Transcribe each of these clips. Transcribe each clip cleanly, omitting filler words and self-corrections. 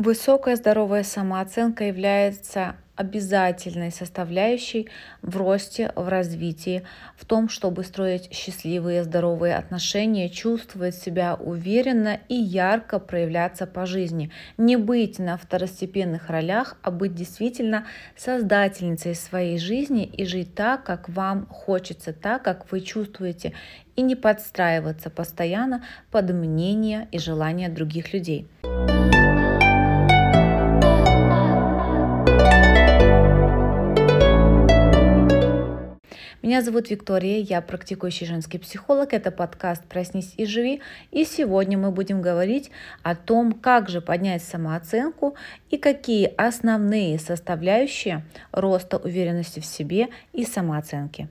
Высокая здоровая самооценка является обязательной составляющей в росте, в развитии, в том, чтобы строить счастливые, здоровые отношения, чувствовать себя уверенно и ярко проявляться по жизни. Не быть на второстепенных ролях, а быть действительно создательницей своей жизни и жить так, как вам хочется, так, как вы чувствуете, и не подстраиваться постоянно под мнение и желания других людей. Меня зовут Виктория, я практикующий женский психолог. Это подкаст «Проснись и живи». И сегодня мы будем говорить о том, как же поднять самооценку и какие основные составляющие роста уверенности в себе и самооценки.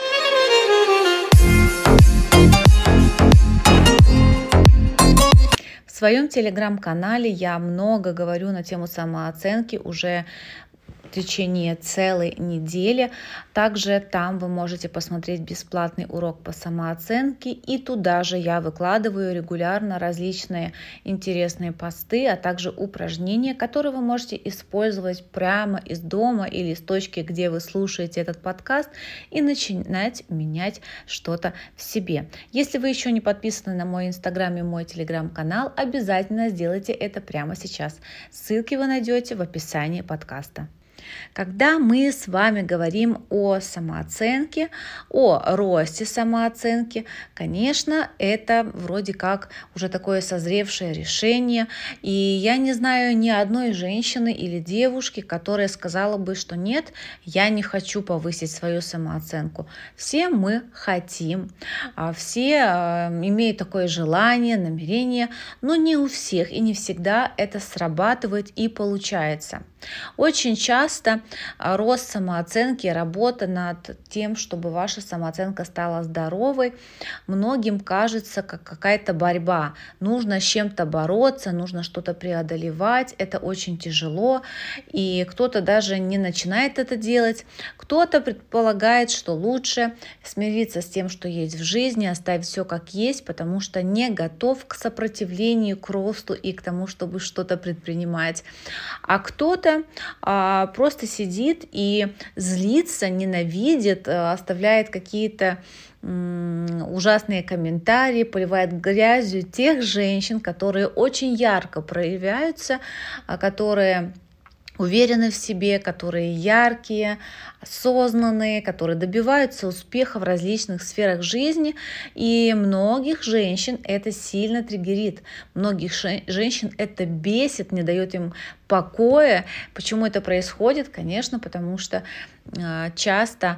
В своем телеграм-канале я много говорю на тему самооценки уже в течение целой недели. Также там вы можете посмотреть бесплатный урок по самооценке, и туда же я выкладываю регулярно различные интересные посты, а также упражнения, которые вы можете использовать прямо из дома или с точки, где вы слушаете этот подкаст, и начинать менять что-то в себе. Если вы еще не подписаны на мой инстаграм и мой телеграм-канал, обязательно сделайте это прямо сейчас. Ссылки вы найдете в описании подкаста. Когда мы с вами говорим о самооценке, о росте самооценки, конечно, это вроде как уже такое созревшее решение. И я не знаю ни одной женщины или девушки, которая сказала бы, что нет, я не хочу повысить свою самооценку. Все мы хотим, все имеют такое желание, намерение, но не у всех и не всегда это срабатывает и получается. Очень часто рост самооценки, работа над тем, чтобы ваша самооценка стала здоровой, многим кажется как какая-то борьба. Нужно с чем-то бороться, нужно что-то преодолевать, это очень тяжело, и кто-то даже не начинает это делать, кто-то предполагает, что лучше смириться с тем, что есть в жизни, оставить все как есть, потому что не готов к сопротивлению, к росту и к тому, чтобы что-то предпринимать. А кто-то просто сидит и злится, ненавидит, оставляет какие-то ужасные комментарии, поливает грязью тех женщин, которые очень ярко проявляются, которые уверены в себе, которые яркие, осознанные, которые добиваются успеха в различных сферах жизни. И многих женщин это сильно триггерит, многих женщин это бесит, не дает им покоя. Почему это происходит? Конечно, потому что часто,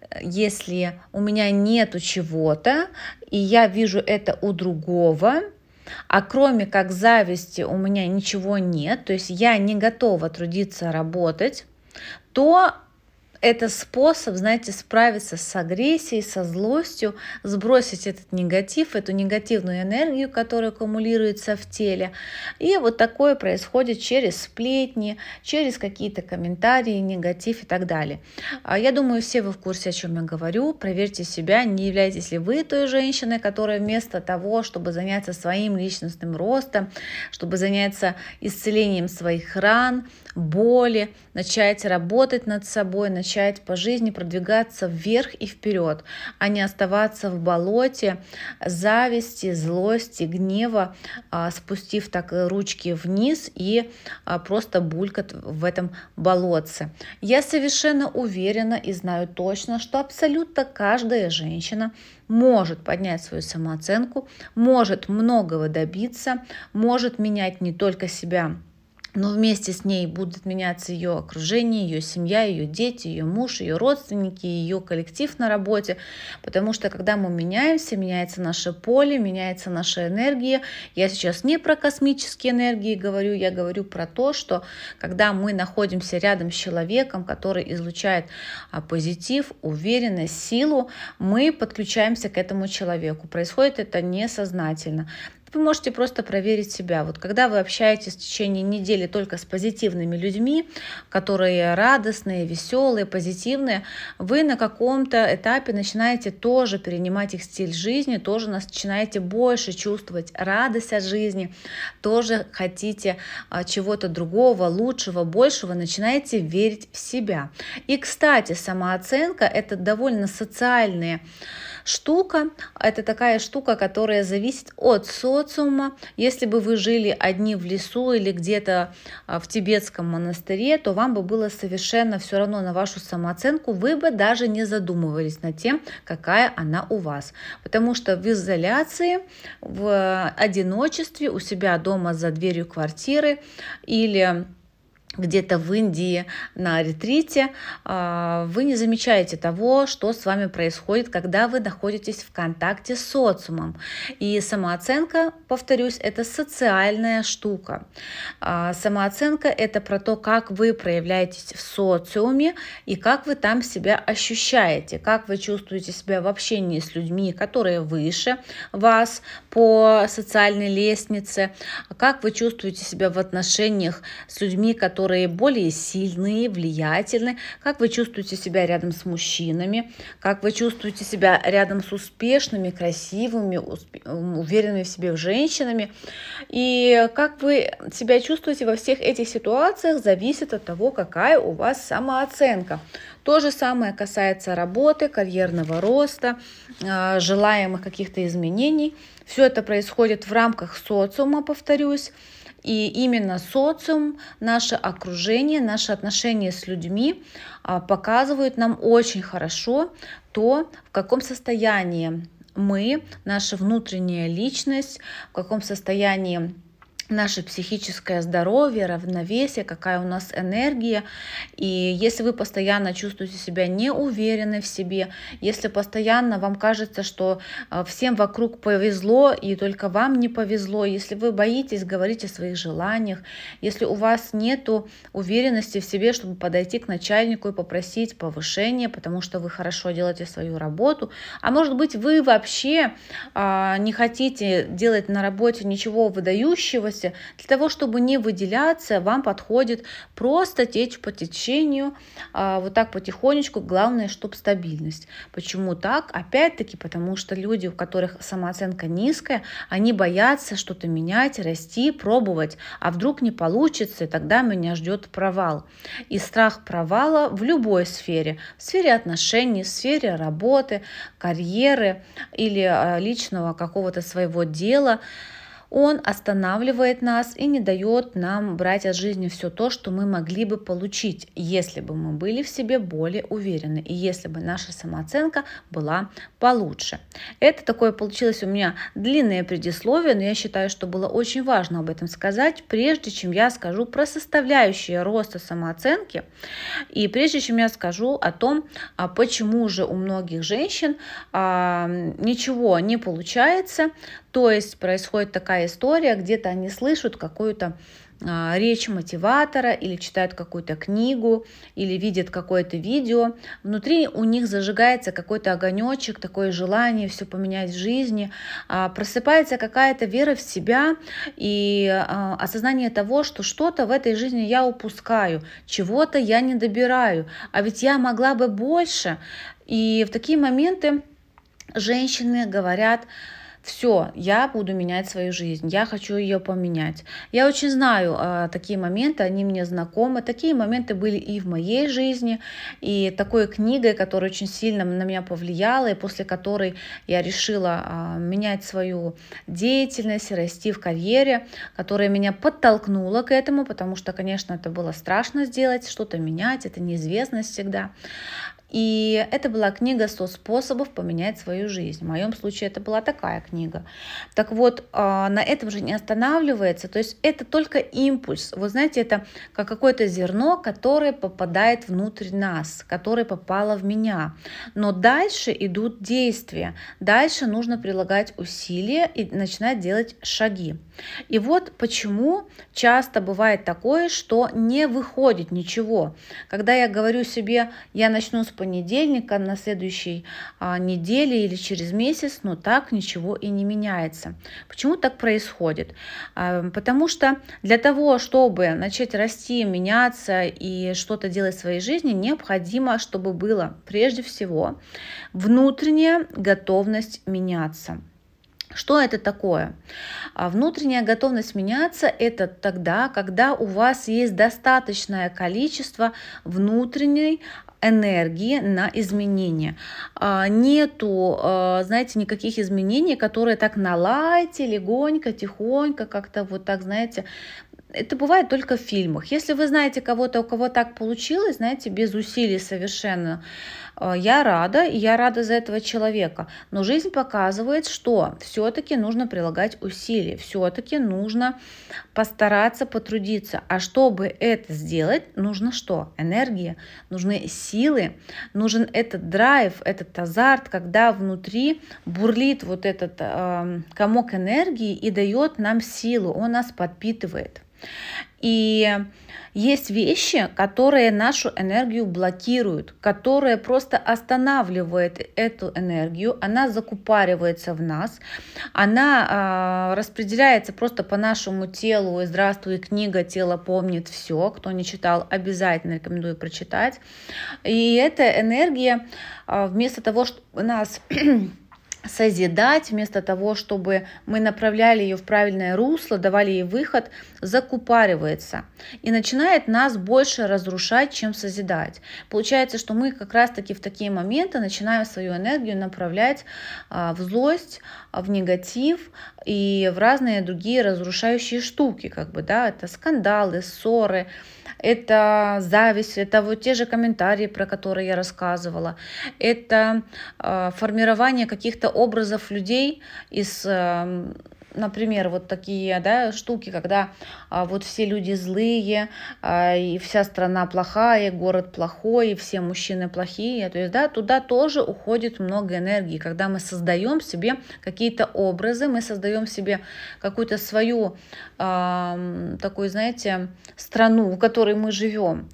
если у меня нету чего-то, и я вижу это у другого, а кроме как зависти у меня ничего нет, то есть я не готова трудиться, работать, то это способ, знаете, справиться с агрессией, со злостью, сбросить этот негатив, эту негативную энергию, которая аккумулируется в теле. И вот такое происходит через сплетни, через какие-то комментарии, негатив и так далее. Я думаю, все вы в курсе, о чем я говорю. Проверьте себя, не являетесь ли вы той женщиной, которая вместо того, чтобы заняться своим личностным ростом, чтобы заняться исцелением своих ран, боли, начать работать над собой, начать по жизни продвигаться вверх и вперед, а не оставаться в болоте зависти, злости, гнева, спустив так ручки вниз и просто булькать в этом болотце. Я совершенно уверена и знаю точно, что абсолютно каждая женщина может поднять свою самооценку, может многого добиться, может менять не только себя, но вместе с ней будут меняться ее окружение, ее семья, ее дети, ее муж, ее родственники, ее коллектив на работе. Потому что когда мы меняемся, меняется наше поле, меняется наша энергия. Я сейчас не про космические энергии говорю, я говорю про то, что когда мы находимся рядом с человеком, который излучает позитив, уверенность, силу, мы подключаемся к этому человеку. Происходит это несознательно. Вы можете просто проверить себя. Вот когда вы общаетесь в течение недели только с позитивными людьми, которые радостные, веселые, позитивные, вы на каком-то этапе начинаете тоже перенимать их стиль жизни, тоже начинаете больше чувствовать радость от жизни, тоже хотите чего-то другого, лучшего, большего, начинаете верить в себя. И, кстати, самооценка – это довольно социальная штука. Это такая штука, которая зависит от социума. Если бы вы жили одни в лесу или где-то в тибетском монастыре, то вам бы было совершенно все равно на вашу самооценку. Вы бы даже не задумывались над тем, какая она у вас. Потому что в изоляции, в одиночестве, у себя дома за дверью квартиры или где-то в Индии на ретрите, вы не замечаете того, что с вами происходит, когда вы находитесь в контакте с социумом. И самооценка, повторюсь, это социальная штука. Самооценка – это про то, как вы проявляетесь в социуме и как вы там себя ощущаете, как вы чувствуете себя в общении с людьми, которые выше вас по социальной лестнице, как вы чувствуете себя в отношениях с людьми, которые более сильные, влиятельные, как вы чувствуете себя рядом с мужчинами, как вы чувствуете себя рядом с успешными, красивыми, уверенными в себе женщинами. И как вы себя чувствуете во всех этих ситуациях, зависит от того, какая у вас самооценка. То же самое касается работы, карьерного роста, желаемых каких-то изменений. Все это происходит в рамках социума, повторюсь. И именно социум, наше окружение, наши отношения с людьми показывают нам очень хорошо то, в каком состоянии мы, наша внутренняя личность, в каком состоянии наше психическое здоровье, равновесие, какая у нас энергия. И если вы постоянно чувствуете себя неуверенной в себе, если постоянно вам кажется, что всем вокруг повезло и только вам не повезло, если вы боитесь говорить о своих желаниях, если у вас нет уверенности в себе, чтобы подойти к начальнику и попросить повышения, потому что вы хорошо делаете свою работу, а может быть вы вообще не хотите делать на работе ничего выдающегося, для того, чтобы не выделяться, вам подходит просто течь по течению, вот так потихонечку. Главное, чтобы стабильность. Почему так? Опять-таки, потому что люди, у которых самооценка низкая, они боятся что-то менять, расти, пробовать. А вдруг не получится, и тогда меня ждет провал. И страх провала в любой сфере. В сфере отношений, в сфере работы, карьеры или личного какого-то своего дела. Он останавливает нас и не дает нам брать от жизни все то, что мы могли бы получить, если бы мы были в себе более уверены и если бы наша самооценка была получше. Это такое получилось у меня длинное предисловие, но я считаю, что было очень важно об этом сказать, прежде чем я скажу про составляющие роста самооценки и прежде чем я скажу о том, почему же у многих женщин ничего не получается. То есть происходит такая история, где-то они слышат какую-то речь мотиватора или читают какую-то книгу или видят какое-то видео. Внутри у них зажигается какой-то огонечек, такое желание все поменять в жизни, просыпается какая-то вера в себя и осознание того, что что-то в этой жизни я упускаю, чего-то я не добираю, а ведь я могла бы больше. И в такие моменты женщины говорят: все, я буду менять свою жизнь, я хочу ее поменять. Я очень знаю такие моменты, они мне знакомы. Такие моменты были и в моей жизни. И такой книгой, которая очень сильно на меня повлияла, и после которой я решила менять свою деятельность, расти в карьере, которая меня подтолкнула к этому, потому что, конечно, это было страшно сделать, что-то менять, это неизвестность всегда. И это была книга «100 способов поменять свою жизнь». В моем случае это была такая книга. Так вот, на этом же не останавливается. То есть это только импульс. Вы знаете, это как какое-то зерно, которое попадает внутрь нас, которое попало в меня. Но дальше идут действия. Дальше нужно прилагать усилия и начинать делать шаги. И вот почему часто бывает такое, что не выходит ничего. Когда я говорю себе, я начну с понедельника на следующей неделе или через месяц, но так ничего и не меняется. Почему так происходит? Потому что для того, чтобы начать расти, меняться и что-то делать в своей жизни, необходимо, чтобы было прежде всего внутренняя готовность меняться. Что это такое? Внутренняя готовность меняться – это тогда, когда у вас есть достаточное количество внутренней энергии на изменения. Нету, знаете, никаких изменений, которые так на лайте, легонько, тихонько, как-то вот так, знаете, это бывает только в фильмах. Если вы знаете кого-то, у кого так получилось, знаете, без усилий совершенно, я рада за этого человека. Но жизнь показывает, что все-таки нужно прилагать усилия, все-таки нужно постараться потрудиться. А чтобы это сделать, нужно что? Энергия, нужны силы, нужен этот драйв, этот азарт, когда внутри бурлит вот этот комок энергии и дает нам силу, он нас подпитывает. И есть вещи, которые нашу энергию блокируют, которые просто останавливают эту энергию, она закупоривается в нас, она распределяется просто по нашему телу. И здравствуй, книга «Тело помнит все». Кто не читал, обязательно рекомендую прочитать. И эта энергия вместо того, чтобы нас созидать, вместо того, чтобы мы направляли ее в правильное русло, давали ей выход, закупоривается и начинает нас больше разрушать, чем созидать. Получается, что мы как раз-таки в такие моменты начинаем свою энергию направлять в злость, в негатив и в разные другие разрушающие штуки, это скандалы, ссоры, это зависть, это вот те же комментарии, про которые я рассказывала, это формирование каких-то образов людей из, например, вот такие штуки, когда вот все люди злые, и вся страна плохая, город плохой, и все мужчины плохие. То есть, туда тоже уходит много энергии, когда мы создаем себе какие-то образы, мы создаем себе какую-то свою такую, знаете, страну, в которой мы живем.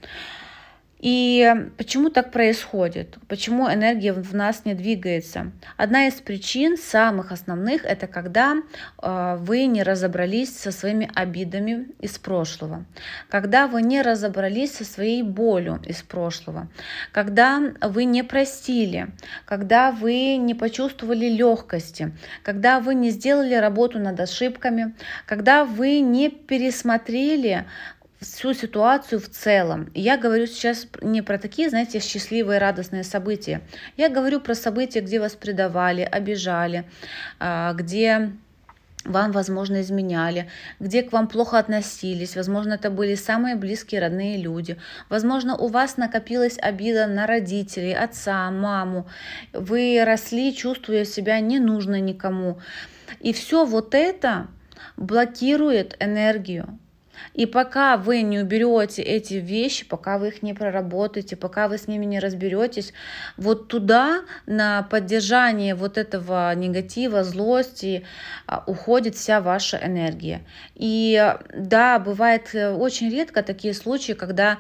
И почему так происходит? Почему энергия в нас не двигается? Одна из причин, самых основных, это когда вы не разобрались со своими обидами из прошлого, когда вы не разобрались со своей болью из прошлого, когда вы не простили, когда вы не почувствовали легкости, когда вы не сделали работу над ошибками, когда вы не пересмотрели всю ситуацию в целом. И я говорю сейчас не про такие, знаете, счастливые, радостные события. Я говорю про события, где вас предавали, обижали, где вам, возможно, изменяли, где к вам плохо относились, возможно, это были самые близкие, родные люди, возможно, у вас накопилась обида на родителей, отца, маму, вы росли, чувствуя себя ненужной никому. И все вот это блокирует энергию. И пока вы не уберете эти вещи, пока вы их не проработаете, пока вы с ними не разберетесь, вот туда на поддержание вот этого негатива, злости уходит вся ваша энергия. И да, бывает очень редко такие случаи, когда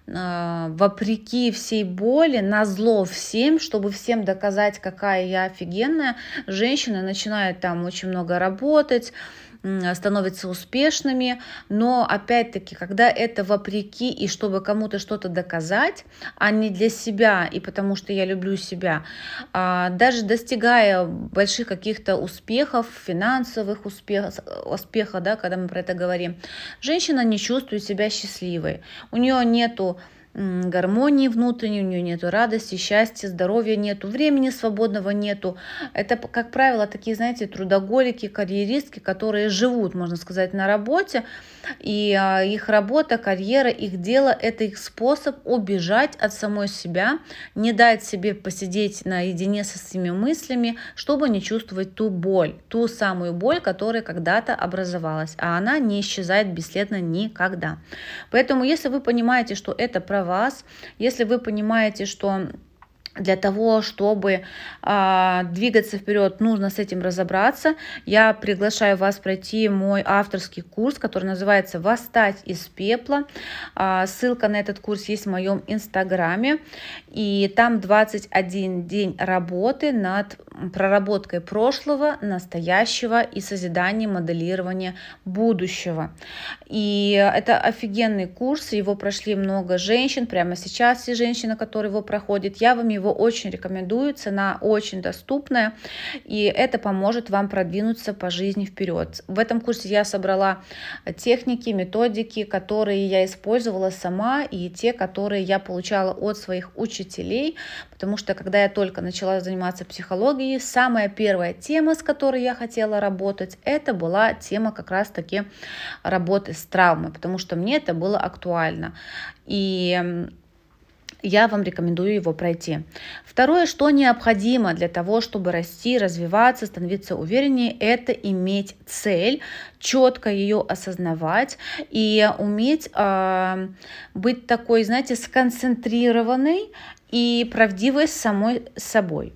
вопреки всей боли, назло всем, чтобы всем доказать, какая я офигенная, женщины начинают там очень много работать, становятся успешными, но опять-таки, когда это вопреки и чтобы кому-то что-то доказать, а не для себя и потому что я люблю себя, даже достигая больших каких-то успехов, финансовых успехов, когда мы про это говорим, женщина не чувствует себя счастливой, у нее нету гармонии внутренней, у нее нету радости, счастья, здоровья нету, времени свободного нету. Это, как правило, такие, знаете, трудоголики, карьеристки, которые живут, можно сказать, на работе, и их работа, карьера, их дело – это их способ убежать от самой себя, не дать себе посидеть наедине со своими мыслями, чтобы не чувствовать ту боль, ту самую боль, которая когда-то образовалась, а она не исчезает бесследно никогда. Поэтому, если вы понимаете, что это про вас, если вы понимаете, что Для того, чтобы двигаться вперед, нужно с этим разобраться. Я приглашаю вас пройти мой авторский курс, который называется «Восстать из пепла». Ссылка на этот курс есть в моем инстаграме. И там 21 день работы над проработкой прошлого, настоящего и созиданием, моделирования будущего. И это офигенный курс, его прошли много женщин, прямо сейчас все женщины, которые его проходят. Я вам его очень рекомендую, цена очень доступная, и это поможет вам продвинуться по жизни вперед. В этом курсе я собрала техники, методики, которые я использовала сама, и те, которые я получала от своих учителей, потому что когда я только начала заниматься психологией, самая первая тема, с которой я хотела работать, это была тема как раз-таки работы с травмой, потому что мне это было актуально. И я вам рекомендую его пройти. Второе, что необходимо для того, чтобы расти, развиваться, становиться увереннее, это иметь цель, четко ее осознавать и уметь быть такой, знаете, сконцентрированной и правдивой с самой собой.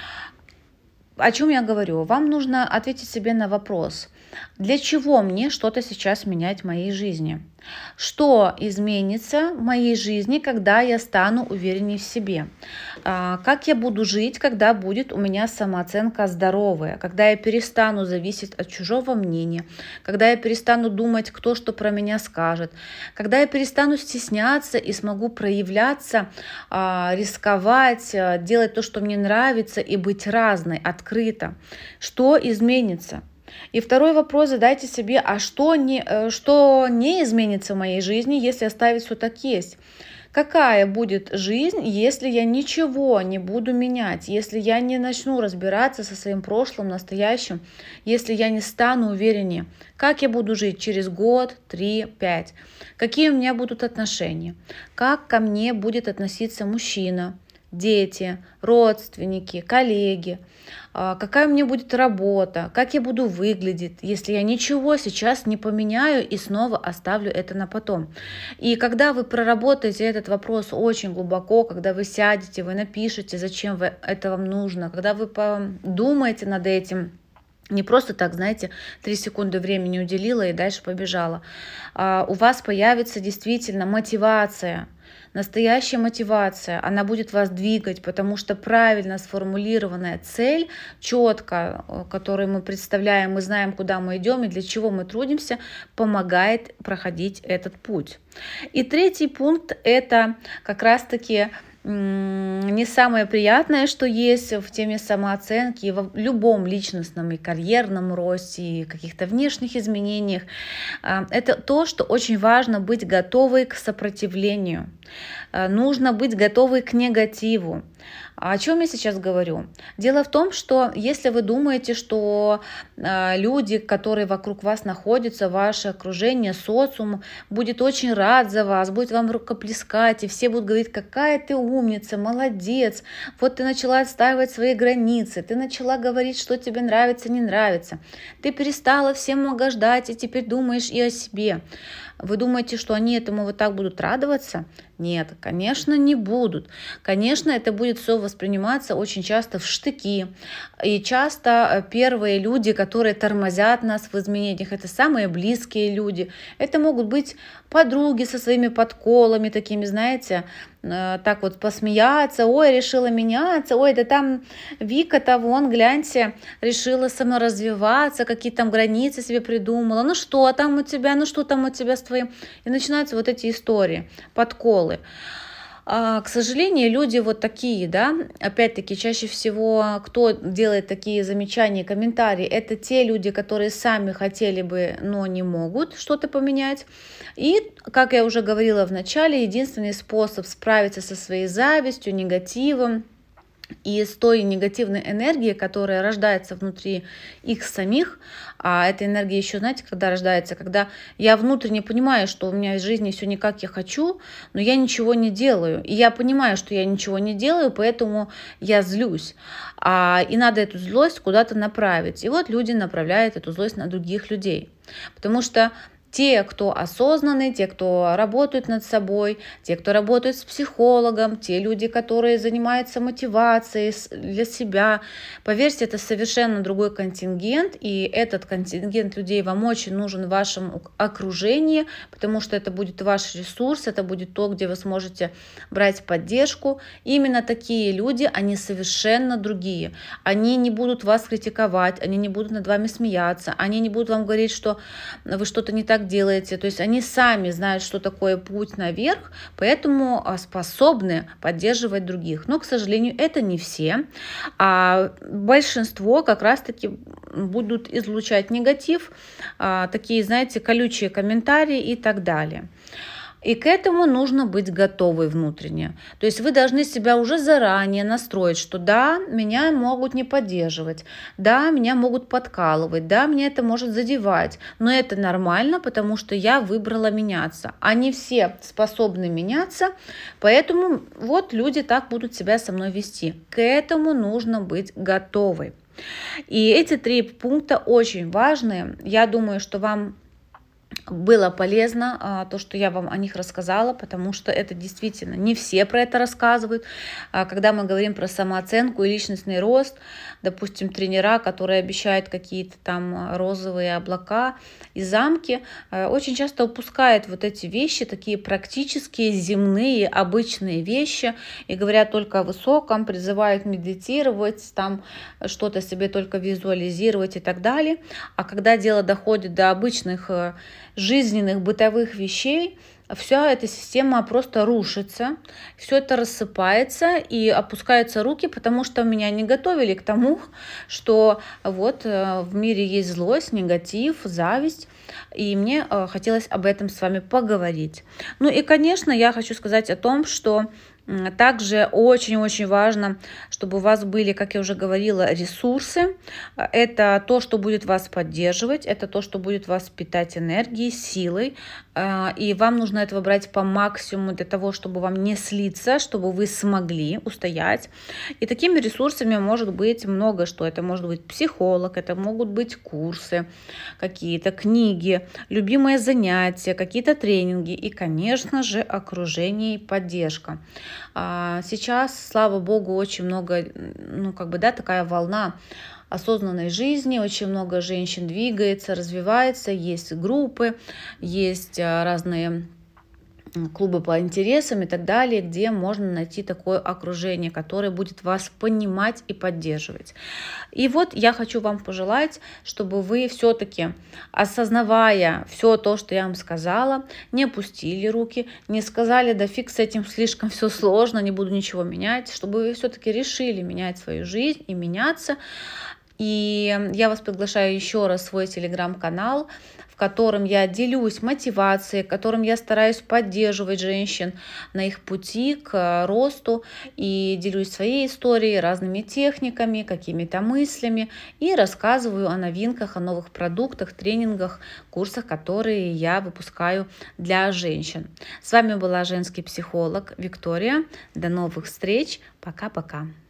О чем я говорю? Вам нужно ответить себе на вопрос, для чего мне что-то сейчас менять в моей жизни? Что изменится в моей жизни, когда я стану увереннее в себе? Как я буду жить, когда будет у меня самооценка здоровая? Когда я перестану зависеть от чужого мнения? Когда я перестану думать, кто что про меня скажет? Когда я перестану стесняться и смогу проявляться, рисковать, делать то, что мне нравится, и быть разной, открыто? Что изменится? И второй вопрос задайте себе, а что не изменится в моей жизни, если оставить все так есть? Какая будет жизнь, если я ничего не буду менять, если я не начну разбираться со своим прошлым, настоящим, если я не стану увереннее? Как я буду жить через год, 3, 5? Какие у меня будут отношения? Как ко мне будет относиться мужчина, дети, родственники, коллеги? Какая у меня будет работа, как я буду выглядеть, если я ничего сейчас не поменяю и снова оставлю это на потом. И когда вы проработаете этот вопрос очень глубоко, когда вы сядете, вы напишете, зачем это вам нужно, когда вы подумаете над этим, не просто так, знаете, 3 секунды времени уделила и дальше побежала, у вас появится действительно мотивация. Настоящая мотивация, она будет вас двигать, потому что правильно сформулированная цель, четко, которую мы представляем, мы знаем, куда мы идем и для чего мы трудимся, помогает проходить этот путь. И третий пункт – это как раз-таки не самое приятное, что есть в теме самооценки, в любом личностном и карьерном росте, и каких-то внешних изменениях. Это то, что очень важно быть готовой к сопротивлению. Нужно быть готовой к негативу. О чем я сейчас говорю? Дело в том, что если вы думаете, что люди, которые вокруг вас находятся, ваше окружение, социум, будет очень рад за вас, будет вам рукоплескать, и все будут говорить, какая ты умница, молодец, вот ты начала отстаивать свои границы, ты начала говорить, что тебе нравится, не нравится, ты перестала всем угождать и теперь думаешь и о себе. Вы думаете, что они этому вот так будут радоваться? Нет, конечно, не будут. Конечно, это будет все восприниматься очень часто в штыки. И часто первые люди, которые тормозят нас в изменениях, это самые близкие люди. Это могут быть подруги со своими подколами, такими, знаете, так вот посмеяться, ой, решила меняться, ой, да там Вика-то вон, гляньте, решила саморазвиваться, какие там границы себе придумала, ну что там у тебя, ну что там у тебя с твоим, и начинаются вот эти истории, подколы. К сожалению, люди вот такие, да, опять-таки, чаще всего, кто делает такие замечания, комментарии, это те люди, которые сами хотели бы, но не могут что-то поменять. И, как я уже говорила в начале, единственный способ справиться со своей завистью, негативом и с той негативной энергией, которая рождается внутри их самих, а эта энергия еще, знаете, когда рождается, когда я внутренне понимаю, что у меня в жизни все не как я хочу, но я ничего не делаю. И я понимаю, что я ничего не делаю, поэтому я злюсь. И надо эту злость куда-то направить. И вот люди направляют эту злость на других людей. Потому что Те, кто осознанные, те, кто работают над собой, те, кто работают с психологом, те люди, которые занимаются мотивацией для себя. Поверьте, это совершенно другой контингент, и этот контингент людей вам очень нужен в вашем окружении, потому что это будет ваш ресурс, это будет то, где вы сможете брать поддержку. Именно такие люди, они совершенно другие. Они не будут вас критиковать, они не будут над вами смеяться, они не будут вам говорить, что вы что-то не так делаете. То есть они сами знают, что такое путь наверх, поэтому способны поддерживать других. Но, к сожалению, это не все. А большинство как раз-таки будут излучать негатив, такие, знаете, колючие комментарии и так далее. И к этому нужно быть готовой внутренне. То есть вы должны себя уже заранее настроить, что да, меня могут не поддерживать, да, меня могут подкалывать, да, меня это может задевать, но это нормально, потому что я выбрала меняться. Они все способны меняться, поэтому вот люди так будут себя со мной вести. К этому нужно быть готовой. И эти 3 пункта очень важные. Я думаю, что вам было полезно то, что я вам о них рассказала, потому что это действительно не все про это рассказывают. Когда мы говорим про самооценку и личностный рост, допустим, тренера, которые обещают какие-то там розовые облака и замки, очень часто упускают вот эти вещи, такие практические, земные, обычные вещи, и говорят только о высоком, призывают медитировать, там что-то себе только визуализировать и так далее. А когда дело доходит до обычных жизненных бытовых вещей, вся эта система просто рушится, все это рассыпается и опускаются руки, потому что меня не готовили к тому, что вот в мире есть злость, негатив, зависть, и мне хотелось об этом с вами поговорить. Ну и, конечно, я хочу сказать о том, что также очень-очень важно, чтобы у вас были, как я уже говорила, ресурсы. Это то, что будет вас поддерживать, это то, что будет вас питать энергией, силой. И вам нужно этого брать по максимуму для того, чтобы вам не слиться, чтобы вы смогли устоять. И такими ресурсами может быть много что. Это может быть психолог, это могут быть курсы, какие-то книги, любимые занятия, какие-то тренинги и, конечно же, окружение и поддержка. Сейчас, слава богу, очень много, такая волна осознанной жизни, очень много женщин двигается, развивается, есть группы, есть разные клубы по интересам и так далее, где можно найти такое окружение, которое будет вас понимать и поддерживать. И вот я хочу вам пожелать, чтобы вы все-таки, осознавая все то, что я вам сказала, не опустили руки, не сказали, да фиг с этим, слишком все сложно, не буду ничего менять, чтобы вы все-таки решили менять свою жизнь и меняться. И я вас приглашаю еще раз в свой телеграм-канал, в котором я делюсь мотивацией, в котором я стараюсь поддерживать женщин на их пути к росту и делюсь своей историей, разными техниками, какими-то мыслями и рассказываю о новинках, о новых продуктах, тренингах, курсах, которые я выпускаю для женщин. С вами была женский психолог Виктория. До новых встреч. Пока-пока.